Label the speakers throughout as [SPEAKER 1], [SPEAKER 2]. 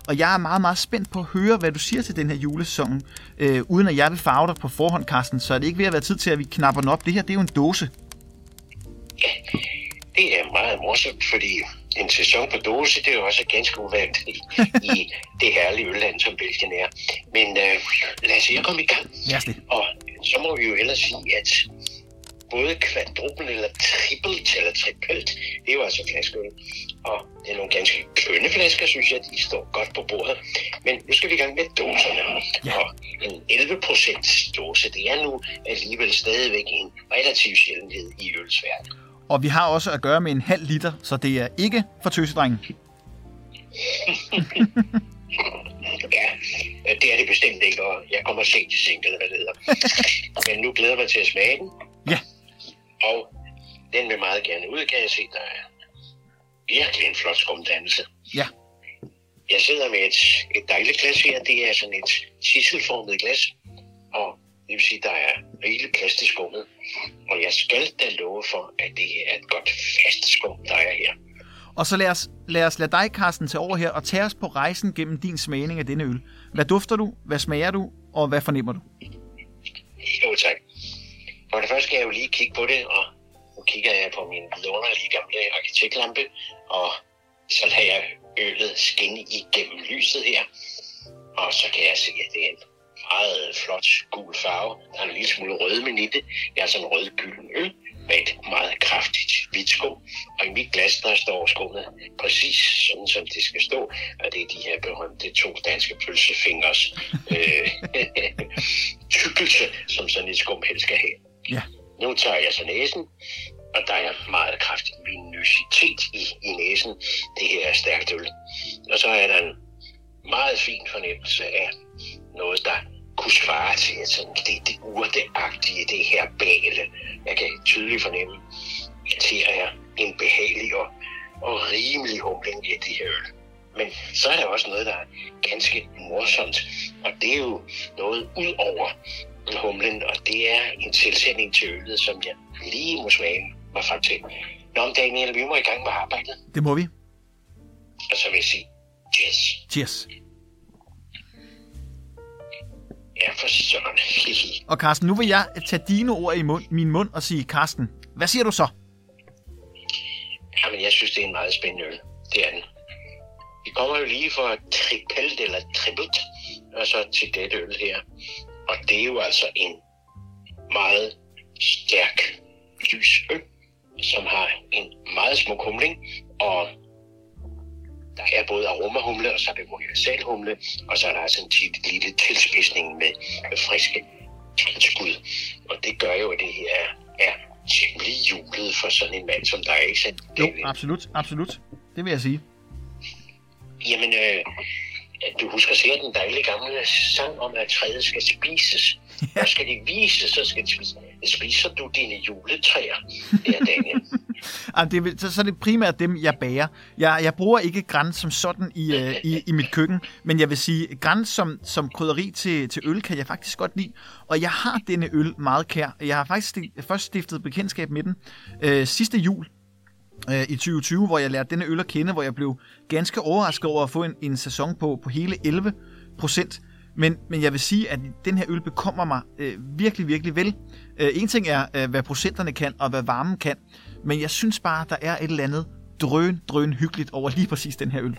[SPEAKER 1] Og jeg er meget, meget spændt på at høre, hvad du siger til den her julesæson, uden at jeg vil farve dig på forhånd, Carsten, så er det ikke ved at være tid til, at vi knapper den op. Det her, det er jo en dåse.
[SPEAKER 2] Ja, det er meget morsomt, fordi en sæson på dåse, det er jo også ganske uvant i det herlige ølland, som Belgien er. Men lad os se at komme i gang. Og så må vi jo ellers sige, at både kvadrupel eller trippelt eller trippelt, det er jo altså flaskeøl. Og det er nogle ganske kønne flasker, synes jeg, de står godt på bordet. Men nu skal vi i gang med dåserne. Ja. Og en 11% dåse, det er nu alligevel stadigvæk en relativ sjældenhed i ølsverden.
[SPEAKER 1] Og vi har også at gøre med en halv liter, så det er ikke for tøsedrengen.
[SPEAKER 2] Ja, det er det bestemt ikke, og jeg kommer sent til seng, eller hvad det hedder. Men nu glæder jeg mig til at smage den.
[SPEAKER 1] Ja.
[SPEAKER 2] Og den vil meget gerne ud, kan jeg se, der er virkelig en flot skumdannelse.
[SPEAKER 1] Ja.
[SPEAKER 2] Jeg sidder med et dejligt glas her, det er sådan et sisselformet glas, og det vil sige, der er rigeligt plads til skummet. Og jeg skal da love for, at det er et godt fast skum, der er her.
[SPEAKER 1] Og så lad os lade dig, Carsten, tage over her og tage os på rejsen gennem din smagning af denne øl. Hvad dufter du? Hvad smager du? Og hvad fornemmer du?
[SPEAKER 2] Jo, tak. For det første skal jeg jo lige kigge på det, og nu kigger jeg på min vidunderlige gamle arkitektlampe, og så lader jeg øllet skinne igennem lyset her. Og så kan jeg se, at det er en meget flot gul farve. Der er en lille smule rødmen i det. Det er altså en rødgylden øl med et meget kraftigt hvidt skum. Og i mit glas, der står skummet præcis sådan, som det skal stå. Og det er de her berømte 2 danske pølsefingers tykkelse, som sådan et skum helst skal have.
[SPEAKER 1] Ja.
[SPEAKER 2] Nu tager jeg så næsen, og der er meget kraftig vinositet i næsen. Det her er stærkt øl. Og så er der en meget fin fornemmelse af noget, der kunne svare til sådan det urteagtige, det her bale. Jeg kan tydeligt fornemme, at her er en behagelig og rimelig humling i det her øl. Men så er der også noget, der er ganske morsomt, og det er jo noget ud over humlen, og det er en tilsætning til øllet, som jeg lige må smage mig frem til. Nå, Daniel, vi må i gang med arbejdet.
[SPEAKER 1] Det må vi.
[SPEAKER 2] Og så vil jeg sige, cheers.
[SPEAKER 1] Cheers.
[SPEAKER 2] Ja, for sådan.
[SPEAKER 1] Og Carsten, nu vil jeg tage dine ord i min mund og sige, Carsten, hvad siger du så?
[SPEAKER 2] Jamen, jeg synes, det er en meget spændende øl. Det er den. Vi kommer jo lige fra trippelt eller trippelt, og så til dette øl her. Og det er jo altså en meget stærk lys øl, som har en meget smuk humling, og der er både aromahumle, og så er det universalhumle, og så er der altså en lille tilspidsning med friske tilskud. Og det gør jo, at det her er temmelig julet for sådan en mand som dig, ikke sandt?
[SPEAKER 1] Jo, absolut. Det vil jeg sige.
[SPEAKER 2] Jamen, du husker sikkert den dejlige gamle sang om, at træet skal spises. Ja. Og skal det vises, så skal det spises. Spiser du dine juletræer, der, Daniel?
[SPEAKER 1] Så er det primært dem, jeg bager. Jeg bruger ikke gran som sådan i mit køkken, men jeg vil sige, gran som krydderi til øl kan jeg faktisk godt lide. Og jeg har denne øl meget kær. Jeg har faktisk først stiftet bekendtskab med den sidste jul i 2020, hvor jeg lærte denne øl at kende, hvor jeg blev ganske overrasket over at få en sæson på hele 11%. Men jeg vil sige, at den her øl bekommer mig virkelig, virkelig vel. En ting er, hvad procenterne kan, og hvad varmen kan. Men jeg synes bare, der er et eller andet drøn hyggeligt over lige præcis den her øl.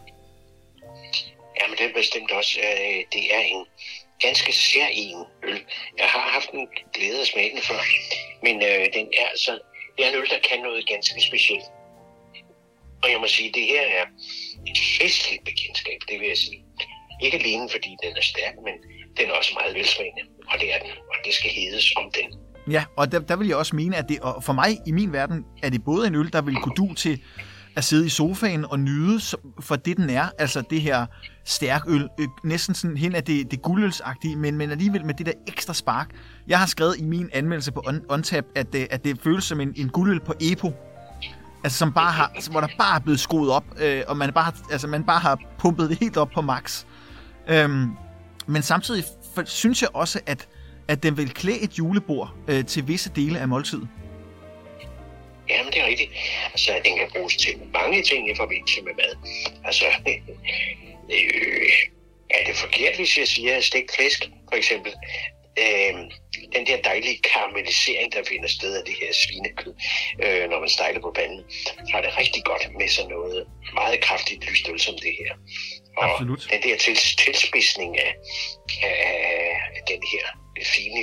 [SPEAKER 2] Jamen, det er bestemt også. Det er en ganske særegen øl. Jeg har haft en glæde at smage den før. Men den er altså... Det er en øl, der kan noget ganske specielt. Og jeg må sige, at det her er et festligt bekendtskab, det vil jeg sige. Ikke alene fordi den er stærk, men den er også meget velsmagende. Og det er den, og det skal hedes om den. Ja, og
[SPEAKER 1] der vil jeg også mene, at det, og for mig i min verden, er det både en øl, der vil kunne du til at sidde i sofaen og nyde for det, den er. Altså det her stærk øl, næsten sådan hen af det guldølsagtige, men alligevel med det der ekstra spark. Jeg har skrevet i min anmeldelse på OnTap, at det føles som en guldøl på EPO. Altså som bare har, hvor der bare er blevet skruet op, og man bare har pumpet det helt op på max. Men samtidig synes jeg også, at den vil klæde et julebord til visse dele af måltidet.
[SPEAKER 2] Jamen, det er rigtigt. Altså, den kan bruges til mange ting i forbindelse med mad. Altså, Er det forkert, hvis jeg siger stegt flæsk, for eksempel? Den der dejlige karamellisering, der finder sted af det her svinekød, når man stejler på panden, har det rigtig godt med sådan noget meget kraftigt lysstøl som det her. Og
[SPEAKER 1] absolut.
[SPEAKER 2] Den der tilspidsning af den her fine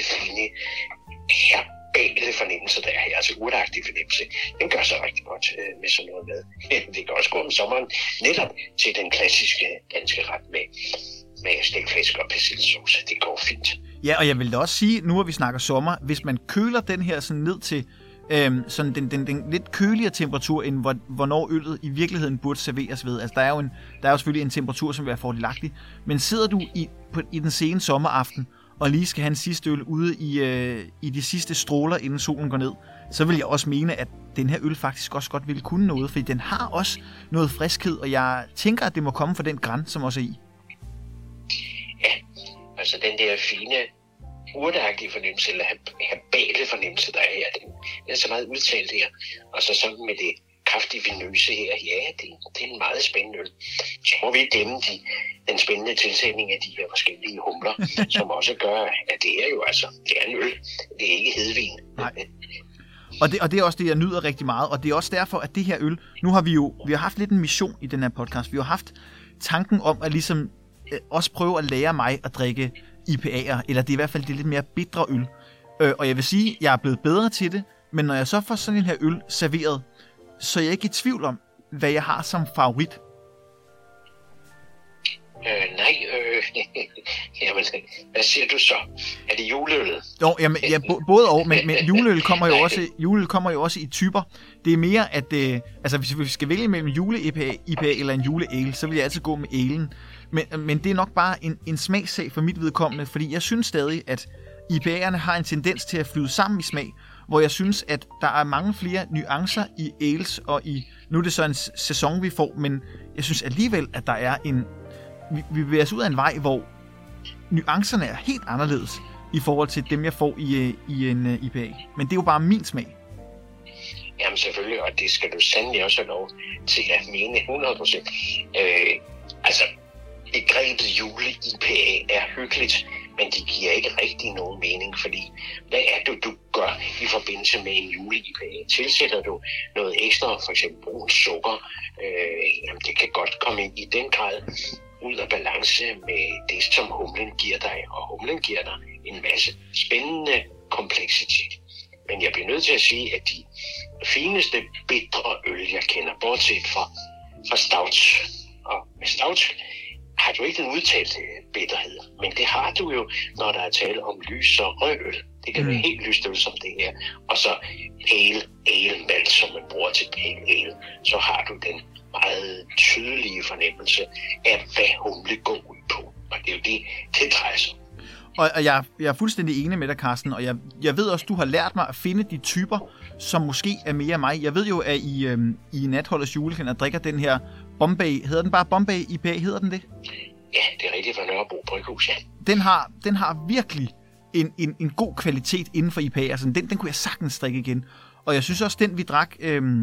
[SPEAKER 2] herbale fornemmelse, der er her, altså urteagtig fornemmelse, den gør sig rigtig godt med sådan noget mad. Det kan også gå om sommeren netop til den klassiske danske ret med stegt flæsk og persillesauce. Det går fint.
[SPEAKER 1] Ja, og jeg vil da også sige, nu hvor vi snakker sommer, hvis man køler den her sådan ned til sådan den lidt køligere temperatur, end hvornår øllet i virkeligheden burde serveres ved. Altså, der er jo selvfølgelig en temperatur, som vil være fordelagtig. Men sidder du i den sene sommeraften, og lige skal have en sidste øl ude i de sidste stråler, inden solen går ned, så vil jeg også mene, at den her øl faktisk også godt ville kunne noget, fordi den har også noget friskhed, og jeg tænker, at det må komme fra den gran, som også er i.
[SPEAKER 2] Ja, altså den der fine urteagtige fornemmelse, eller herbale fornemmelse, der er her, den er så meget udtalt her. Og så sammen med det kraftige vinøse her, ja, det er en meget spændende øl. Så må vi ikke glemme den spændende tilsætning af de her forskellige humler, som også gør, at det er jo altså, det er en øl, det er ikke hedvin.
[SPEAKER 1] Nej. Og det er også det, jeg nyder rigtig meget, og det er også derfor, at det her øl, nu har vi har haft lidt en mission i den her podcast. Vi har haft tanken om at ligesom også prøve at lære mig at drikke IPA'er, eller det er i hvert fald det lidt mere bitre øl. Og jeg vil sige, at jeg er blevet bedre til det, men når jeg så får sådan en her øl serveret, så er jeg ikke i tvivl om, hvad jeg har som favorit.
[SPEAKER 2] Nej, jamen, hvad siger du så? Er det juleølet?
[SPEAKER 1] Jo, jamen, ja, både og, men juleøl kommer jo også i typer. Det er mere, at altså, hvis vi skal vælge mellem jule-IPA eller en jule-ale, så vil jeg altid gå med alen. Men det er nok bare en smagssag for mit vedkommende, fordi jeg synes stadig, at IPA'erne har en tendens til at flyde sammen i smag, hvor jeg synes, at der er mange flere nuancer i ales, og nu er det så en sæson, vi får, men jeg synes alligevel, at der er vi bevæger os ud af en vej, hvor nuancerne er helt anderledes i forhold til dem, jeg får i en IPA. Men det er jo bare min smag.
[SPEAKER 2] Jamen selvfølgelig, og det skal du sandelig også have lov til at mene 100%. Altså, begrebet jule-IPA er hyggeligt, men det giver ikke rigtig nogen mening, fordi hvad er det, du gør i forbindelse med en jule-IPA? Tilsætter du noget ekstra, for eksempel brun sukker? Jamen, det kan godt komme ind i den grad ud af balance med det, som humlen giver dig, og humlen giver dig en masse spændende kompleksitet. Men jeg bliver nødt til at sige, at de fineste bitre øl, jeg kender, bortset fra stout, og med stout har du ikke en udtalt bitterhed, men det har du jo, når der er tale om lys og rødøl. Det kan være helt lyst øl som det her, og så pale ale malt, som man bruger til pale ale, så har du den meget tydelige fornemmelse af, hvad humle går ud på. Og det er jo det drejer sig om.
[SPEAKER 1] Og jeg er fuldstændig enig med dig, Carsten, og jeg ved også, du har lært mig at finde de typer, som måske er mere mig. Jeg ved jo, at i Natholdets julekalender drikker den her Bombay. Hedder den bare Bombay IPA? Hedder den det?
[SPEAKER 2] Ja, det er rigtigt fra Nørrebro Bryghus, ja.
[SPEAKER 1] Den har virkelig en god kvalitet inden for IPA. Altså, den kunne jeg sagtens drikke igen. Og jeg synes også, den vi drak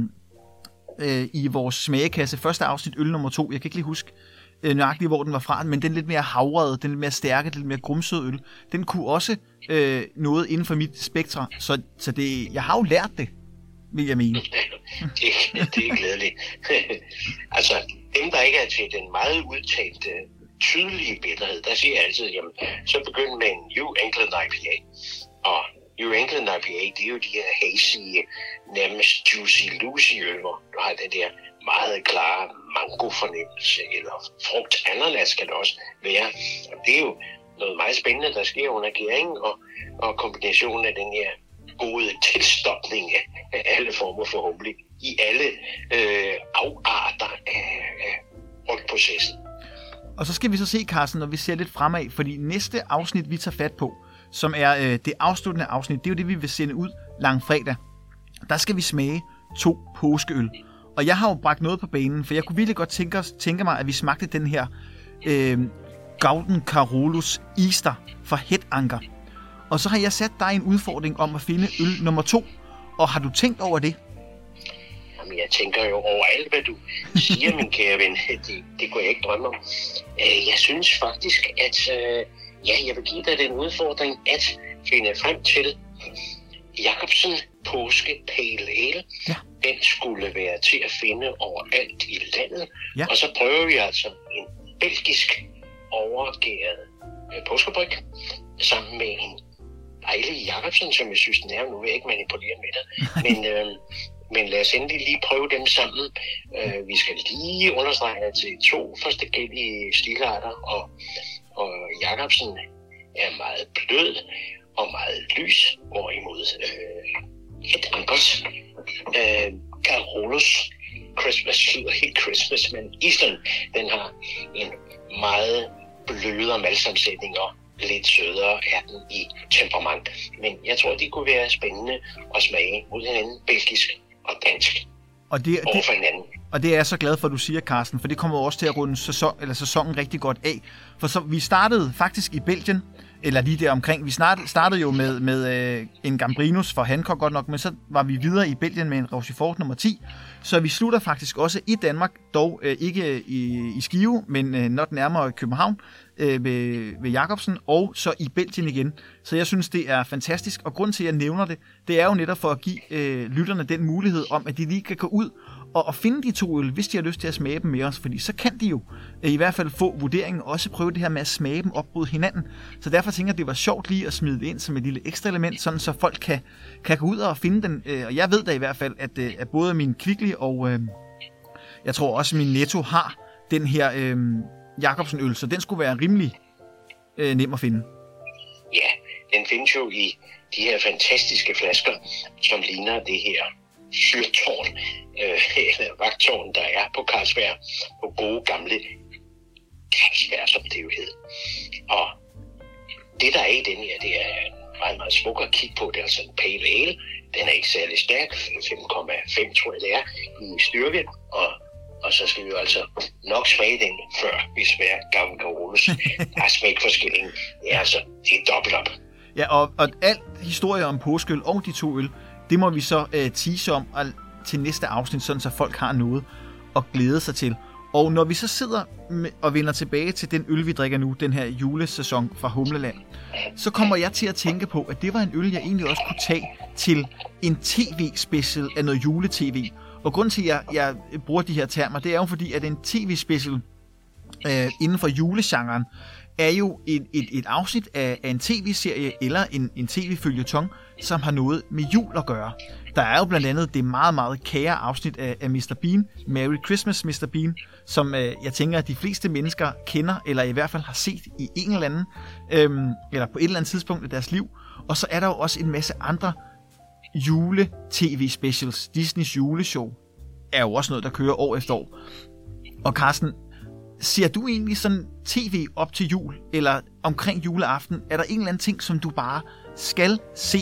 [SPEAKER 1] i vores smagekasse, første afsnit, øl nummer 2, jeg kan ikke lige huske nøjagtigt, hvor den var fra, men den lidt mere havrede, den lidt mere stærke, den lidt mere grumsøde øl, den kunne også noget inden for mit spektra. Så det, jeg har jo lært det, vil jeg mene.
[SPEAKER 2] det er glædeligt. Altså, dem der ikke er til den meget udtalte, tydelige bitterhed, der siger jeg altid, jamen, så begynd med en New England IPA. Og New England IPA, det er jo de her hazy, nærmest juicy øl, hvor du har den der meget klare mango-fornemmelse, eller frugt, ananas kan det også være. Og det er jo noget meget spændende, der sker under gæringen, og kombinationen af den her gode tilstopning af alle former for humle i alle afarter af rygprocessen.
[SPEAKER 1] Og så skal vi så se, Carsten, når vi ser lidt fremad, fordi næste afsnit, vi tager fat på, som er det afsluttende afsnit, det er jo det, vi vil sende ud langfredag. Der skal vi smage 2 påskeøl. Og jeg har jo bragt noget på banen, for jeg kunne virkelig godt tænke mig, at vi smagte den her Gauden Carolus Easter fra Hedanker. Og så har jeg sat dig en udfordring om at finde øl nummer 2. Og har du tænkt over det?
[SPEAKER 2] Jamen, jeg tænker jo over alt, hvad du siger, min kære ven. Det kunne jeg ikke drømme om. Jeg synes faktisk, at jeg vil give dig den udfordring at finde frem til Jacobsen Påske Pale Ale. Ja. Den skulle være til at finde overalt i landet. Ja. Og så prøver vi altså en belgisk overgæret påskebryg sammen med en dejlig Jacobsen, som jeg synes, den er. Nu vil jeg ikke manipulere med dig. Men lad os endelig lige prøve dem sammen. Vi skal lige understrege til 2 forskellige stilarter, og Jacobsen er meget blød og meget lys, hvorimod et Ankers Carolus Christmas lyder helt Christmas, men Eastern, den har en meget blødere malsammensætning og lidt sødere er den i temperament. Men jeg tror, det kunne være spændende at smage mod hinanden, belgisk og dansk. Overfor hinanden.
[SPEAKER 1] Og det er jeg så glad for, at du siger, Carsten, for det kommer også til at runde sæsonen rigtig godt af. For så, vi startede faktisk i Belgien, eller lige der omkring. Vi startede jo med en Gambrinus for Hancock godt nok, men så var vi videre i Belgien med en Rochefort nummer 10. Så vi slutter faktisk også i Danmark, dog ikke i Skive, men not nærmere København ved Jacobsen, og så i Belgien igen. Så jeg synes, det er fantastisk, og grund til, at jeg nævner det, det er jo netop for at give lytterne den mulighed om, at de lige kan gå ud og finde de 2 øl, hvis de har lyst til at smage dem med os, fordi så kan de jo i hvert fald få vurderingen, og også prøve det her med at smage dem op mod hinanden. Så derfor tænker jeg, at det var sjovt lige at smide det ind som et lille ekstra element, sådan så folk kan gå ud og finde den. Og jeg ved da i hvert fald, at både min Kvickly og jeg tror også min Netto har den her Jacobsen øl, så den skulle være rimelig nem at finde.
[SPEAKER 2] Ja, den findes jo i de her fantastiske flasker, som ligner det her fyrtårn, eller vagtårn, der er på Carlsberg, på gode gamle Carlsberg, som det jo hed. Og det, der er i den her, det er meget, meget smuk at kigge på. Det er altså en pale ale. Den er ikke særlig stærk, 5,5 tror jeg det er, i styrke, og så skal vi jo altså nok smage den, før vi smager Gammel Carolus. Der er smækforskellen. Det er dobbelt op.
[SPEAKER 1] Ja, og al historie om påskeøl og de 2 øl, det må vi så tease om til næste afsnit, sådan så folk har noget at glæde sig til. Og når vi så sidder og vender tilbage til den øl, vi drikker nu, den her julesæson fra Humleland, så kommer jeg til at tænke på, at det var en øl, jeg egentlig også kunne tage til en tv-special af noget juletv. Og grunden til, at jeg bruger de her termer, det er jo fordi, at en tv-special inden for julegenren er jo et afsnit af en tv-serie eller en tv-føljeton, som har noget med jul at gøre. Der er jo blandt andet det meget, meget kære afsnit af Mr. Bean, Merry Christmas Mr. Bean, som jeg tænker, at de fleste mennesker kender, eller i hvert fald har set i en eller anden, eller på et eller andet tidspunkt i deres liv. Og så er der jo også en masse andre jule-tv-specials. Disneys juleshow er jo også noget, der kører år efter år. Og Carsten, ser du egentlig sådan tv op til jul, eller omkring juleaften? Er der en eller anden ting, som du bare skal se,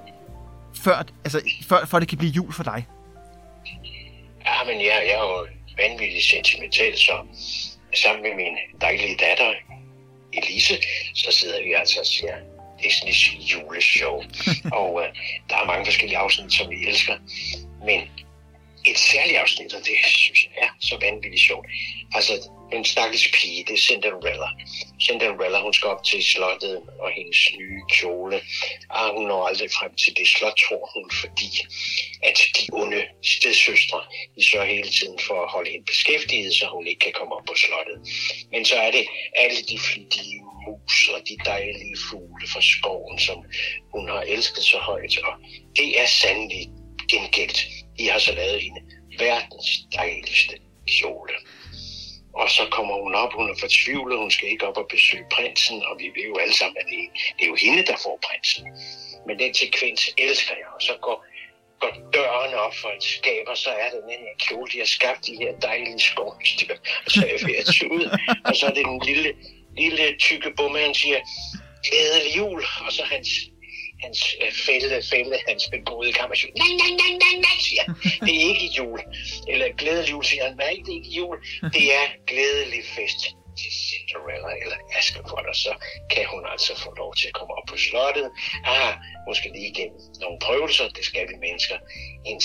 [SPEAKER 1] før det kan blive jul for dig?
[SPEAKER 2] Ja, men jeg er jo vanvittigt sentimental, så sammen med min dejlige datter, Elise, så sidder vi altså og ser Disneys juleshow. Og der er mange forskellige afsnit, som vi elsker. Men et særligt afsnit, og det synes jeg er så vanvittigt sjovt. Altså, en stakkels pige, det er Cinderella. Cinderella, hun skal op til slottet og hendes nye kjole. Og hun når aldrig frem til det slot, tror hun, fordi at de onde stedsøstre, de sørger hele tiden for at holde hende beskæftiget, så hun ikke kan komme op på slottet. Men så er det alle de flittige mus og de dejlige fugle fra skoven, som hun har elsket så højt. Og det er sandelig gengældt. De har så lavet en verdens dejligste kjole. Og så kommer hun op, hun er fortvivlet, hun skal ikke op og besøge prinsen, og vi ved jo alle sammen, at det er jo hende, der får prinsen. Men den sekvens elsker jeg, og så går døren op for et skab, og så er det den her kjole, de har skabt de her dejlige skovstykker, og så er jeg ved at tage ud, og så er det den lille tykke bumme, han siger, glædelig jul, og så hans fælde, hans beboede kammer, siger, nej, siger han. Det er ikke jul. Eller glædelig jul, siger han. Nej, det er ikke jul. Det er glædelig fest til Cinderella eller Askepot, og så kan hun altså få lov til at komme op på slottet. Måske lige igennem nogle prøvelser, det skal vi mennesker, indtil vi får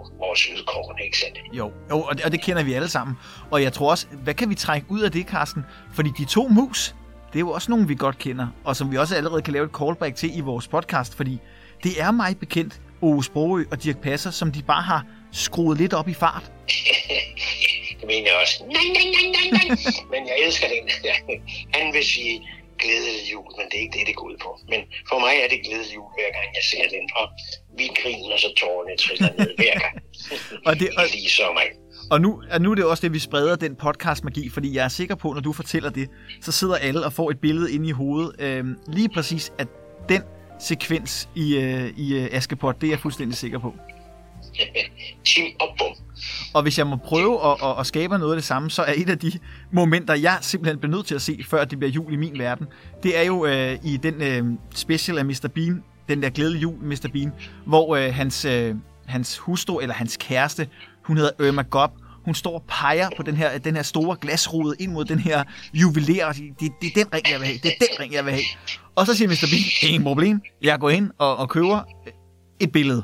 [SPEAKER 2] vores ydkårene, ikke sandt?
[SPEAKER 1] Jo, og det kender vi alle sammen. Og jeg tror også, hvad kan vi trække ud af det, Carsten? Fordi de to mus, det er jo også nogle, vi godt kender, og som vi også allerede kan lave et callback til i vores podcast, fordi det er mig bekendt, Ove Sprogøe og Dirch Passer, som de bare har skruet lidt op i fart.
[SPEAKER 2] Det mener jeg også. Nej. Men jeg elsker den. Han vil sige glædelig jul, men det er ikke det går ud på. Men for mig er det glædelig jul, hver gang jeg ser den, og vi griner, så tårerne triller ned hver gang. Lige så mig.
[SPEAKER 1] Og nu er det også det, vi spreder den podcast-magi, fordi jeg er sikker på, når du fortæller det, så sidder alle og får et billede inde i hovedet. Lige præcis, at den sekvens i Askepot, det er jeg fuldstændig sikker på.
[SPEAKER 2] Tim og bum.
[SPEAKER 1] Og hvis jeg må prøve at skabe noget af det samme, så er et af de momenter, jeg simpelthen bliver nødt til at se, før det bliver jul i min verden, det er jo i den special af Mr. Bean, den der glædelige jul Mr. Bean, hvor hans hustru, eller hans kæreste, hun hedder Irma Gobb, hun står og peger på den her store glasrude ind mod den her juveler, og siger, det er den ring, jeg vil have, det er den ring, jeg vil have. Og så siger Mr. Bean, ingen problem, jeg går ind og køber et billede.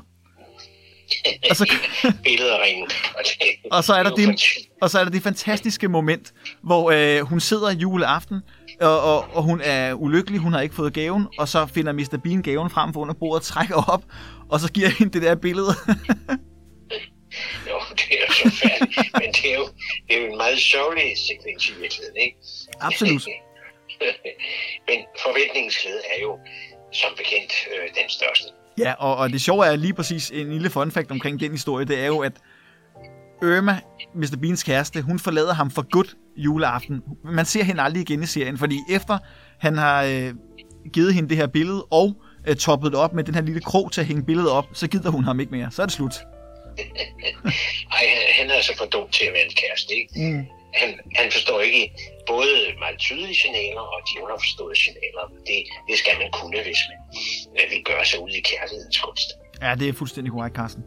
[SPEAKER 1] Og så er der det fantastiske moment, hvor hun sidder juleaften, og hun er ulykkelig, hun har ikke fået gaven, og så finder Mr. Bean gaven frem for under bordet, trækker op, og så giver hende det der billede.
[SPEAKER 2] Jo, det er jo så færdigt, men det er jo en meget sørgelig sekvens i virkeligheden, ikke?
[SPEAKER 1] Absolut.
[SPEAKER 2] Men forventningsglæde er jo som bekendt den største.
[SPEAKER 1] Ja, og det sjove er lige præcis en lille fun fact omkring den historie, det er jo, at Irma, Mr. Beans kæreste, hun forlader ham for godt juleaften. Man ser hende aldrig igen i serien, fordi efter han har givet hende det her billede og toppet det op med den her lille krog til at hænge billedet op, så gider hun ham ikke mere. Så er det slut.
[SPEAKER 2] Ej, han er altså for dum til at være en kæreste, ikke? Han forstår ikke både meget tydelige signaler og de underforståede signaler. Det skal man kunne, hvis man vil gøre sig ud i kærlighedens kunst.
[SPEAKER 1] Ja, det er fuldstændig korrekt, Carsten.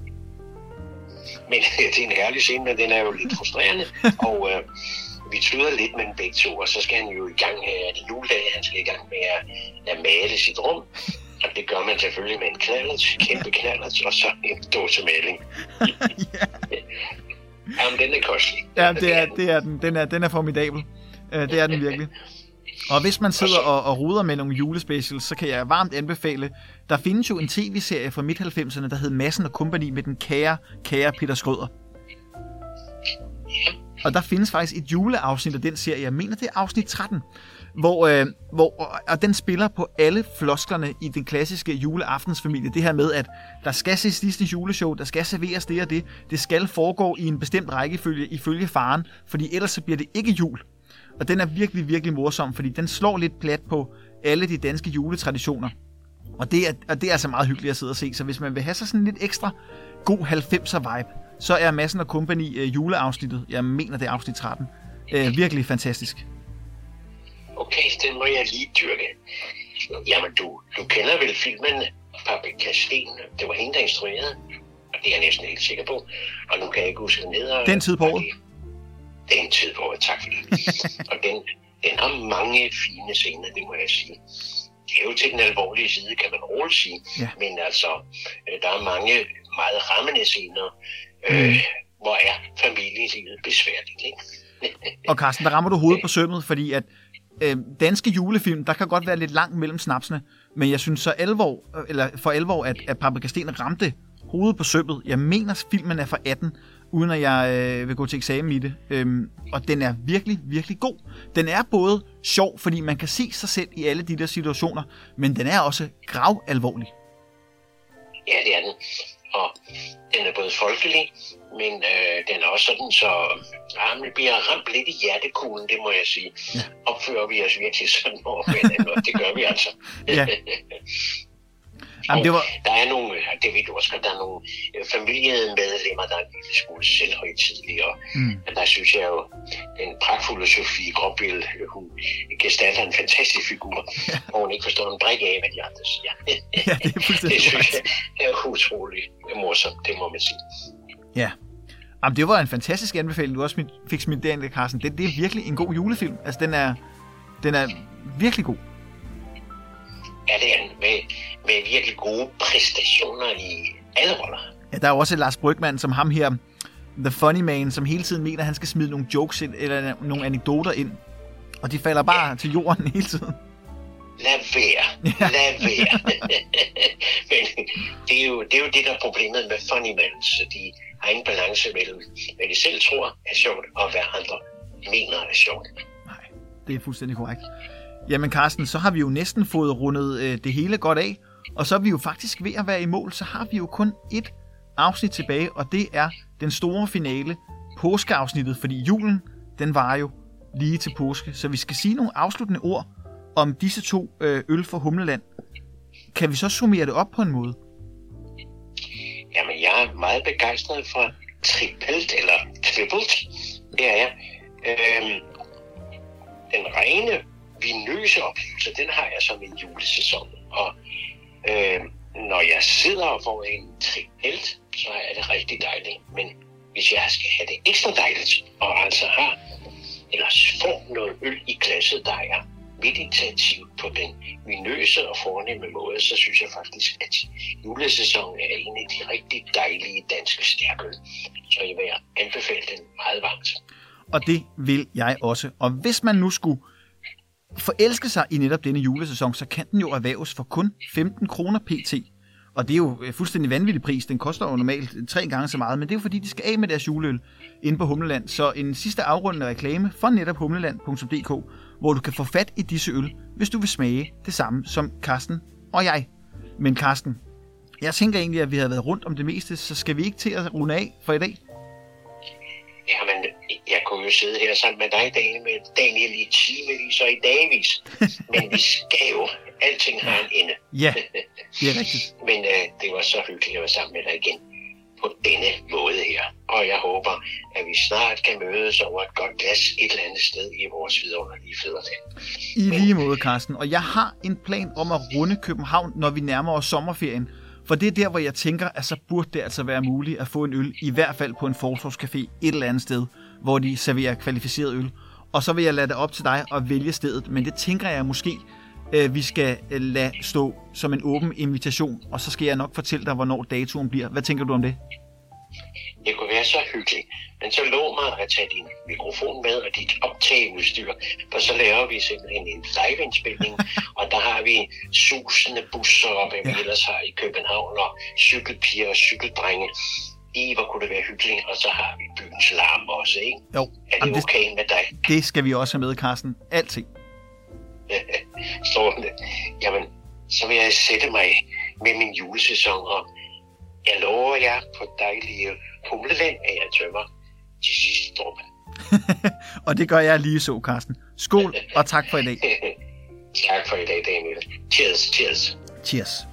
[SPEAKER 2] Men det er en herlig scene, men den er jo lidt frustrerende, og vi tyder lidt med den begge to, og så skal han jo i gang af juledag, han skal i gang med at male sit rum. Og det gør man selvfølgelig med en knallert, kæmpe knallert, og så en dåsemaling. Jamen, den er kostelig.
[SPEAKER 1] Ja, det er den. Den er formidabel. Det er den virkelig. Og hvis man sidder og ruder med nogle julespecials, så kan jeg varmt anbefale, der findes jo en tv-serie fra midt-90'erne, der hed Madsen og Company med den kære Peter Schrøder. Og der findes faktisk et juleafsnit af den serie, jeg mener det er afsnit 13, hvor den spiller på alle flosklerne i den klassiske juleaftensfamilie. Det her med, at der skal ses Disney juleshow, der skal serveres det og det, det skal foregå i en bestemt rækkefølge ifølge faren, fordi ellers så bliver det ikke jul. Og den er virkelig, virkelig morsom, fordi den slår lidt plat på alle de danske juletraditioner. Og det er altså meget hyggeligt at sidde og se, så hvis man vil have så sådan lidt ekstra god 90'er vibe, så er Madsen og Company juleafsnittet, jeg mener det er afsnit 13, virkelig fantastisk.
[SPEAKER 2] Okay, den må jeg lige dyrke. Jamen, du kender vel filmen Paprika Steen? Det var hende, der instruerede. Og det er jeg næsten helt sikker på. Og nu kan jeg ikke huske den ned.
[SPEAKER 1] Den tid på året.
[SPEAKER 2] Den tid på året, tak for det. Og den har mange fine scener, det må jeg sige. Det er jo til den alvorlige side, kan man roligt sige. Ja. Men altså, der er mange meget rammende scener, hvor er familielivet besværligt, ikke?
[SPEAKER 1] Og Carsten, der rammer du hovedet på sømmet, fordi at danske julefilm, der kan godt være lidt langt mellem snapsene, men jeg synes så for alvor, at Paprika Steen ramte hovedet på sømmet. Jeg mener, filmen er fra 18, uden at jeg vil gå til eksamen i det. Og den er virkelig, virkelig god. Den er både sjov, fordi man kan se sig selv i alle de der situationer, men den er også gravalvorlig.
[SPEAKER 2] Ja, det er den. Og den er både folkelig, men den er også sådan, så vi bliver ramt lidt i hjertekuglen, det må jeg sige. Ja. Opfører vi os virkelig sådan over hinanden, og det gør vi altså. Ja.
[SPEAKER 1] Jamen,
[SPEAKER 2] der er nogle, det ved du også godt, der er nogle familiemedlemmer, der er en lille smule selvhøjtidelige, og der synes jeg jo, den pragtfulde Sofie Gråbøl, hun gestalter en fantastisk figur, og hun ikke forstår en brik af, hvad de andre siger.
[SPEAKER 1] Ja, det er fuldstændig
[SPEAKER 2] det synes jeg er utroligt morsomt, det må man sige.
[SPEAKER 1] Ja. Jamen, det var en fantastisk anbefaling, du også fik smidt derind, Carsten. Det er virkelig en god julefilm. Altså, den er virkelig god.
[SPEAKER 2] Ja, det er den. Med virkelig gode præstationer i alle roller.
[SPEAKER 1] Ja, Der er også Lars Brygmann, som ham her, The Funny Man, som hele tiden mener, at han skal smide nogle jokes ind, eller nogle anekdoter ind. Og de falder bare til jorden hele tiden.
[SPEAKER 2] Lad være. Men det er jo det, der er problemet med Funny Man. Så de har ingen balance mellem, hvad de selv tror er sjovt, og hvad andre mener er sjovt.
[SPEAKER 1] Nej, det er fuldstændig korrekt. Jamen Carsten, så har vi jo næsten fået rundet det hele godt af, og så er vi jo faktisk ved at være i mål, så har vi jo kun et afsnit tilbage, og det er den store finale, påskeafsnittet, fordi julen, den var jo lige til påske, så vi skal sige nogle afsluttende ord om disse 2 øl fra Humleland. Kan vi så summere det op på en måde?
[SPEAKER 2] Jamen, jeg er meget begejstret for trippelt. Det er jeg. Den rene vinøse oplevelse, den har jeg som en julesæson. Og når jeg sidder og får en trippelt, så er det rigtig dejligt. Men hvis jeg skal have det ekstra dejligt, og altså får noget øl i glasset, der er meditativt på den vinøse og fornemme måde, så synes jeg faktisk, at julesæsonen er en af de rigtig dejlige danske stærkøl. Så jeg vil anbefale den meget varmt.
[SPEAKER 1] Og det vil jeg også. Og hvis man nu skulle forelske sig i netop denne julesæson, så kan den jo erhverves for kun 15 kroner pt. Og det er jo fuldstændig vanvittig pris. Den koster jo normalt 3 gange så meget, men det er jo fordi, de skal af med deres juleøl inde på Humleland. Så en sidste afrundende reklame for netop humleland.dk, hvor du kan få fat i disse øl, hvis du vil smage det samme som Carsten og jeg. Men Carsten, jeg tænker egentlig, at vi har været rundt om det meste, så skal vi ikke til at runde af for i dag?
[SPEAKER 2] Jamen, jeg kunne jo sidde her sammen med dig, Daniel, i timevis og i dagvis. Men vi skal jo. Alting har en ende.
[SPEAKER 1] Ja, det er rigtigt.
[SPEAKER 2] Men det var så hyggeligt at være sammen med dig igen på denne måde her. Og jeg håber, at vi snart kan mødes over et godt glas et eller andet sted i vores vidunderlige fædreland.
[SPEAKER 1] I lige måde, Carsten. Og jeg har en plan om at runde København, når vi nærmer os sommerferien. For det er der, hvor jeg tænker, at så burde det altså være muligt at få en øl, i hvert fald på en fortorvscafé et eller andet sted, hvor de serverer kvalificeret øl. Og så vil jeg lade det op til dig at vælge stedet, men det tænker jeg måske, vi skal lade stå som en åben invitation, og så skal jeg nok fortælle dig, hvornår datoen bliver. Hvad tænker du om det?
[SPEAKER 2] Det kunne være så hyggeligt. Men så lov mig at tage din mikrofon med og dit optageudstyr, for så laver vi simpelthen en live-indspilning, og der har vi susende busser, og hvad vi ellers har i København, og cykelpiger og cykeldrenge. Hvor kunne det være hyggeligt, og så har vi byens larm også, ikke?
[SPEAKER 1] Jo.
[SPEAKER 2] Er det okay med dig?
[SPEAKER 1] Det skal vi også have med, Carsten. Altid.
[SPEAKER 2] Strålende. Jamen, så vil jeg sætte mig med min julesæson, og jeg lover jer på dejlige Humleland, at jeg tømmer til sidste dråbe.
[SPEAKER 1] Og det gør jeg lige så, Carsten. Skål, og tak for i dag.
[SPEAKER 2] Tak for i dag, Daniel. Cheers.
[SPEAKER 1] Cheers.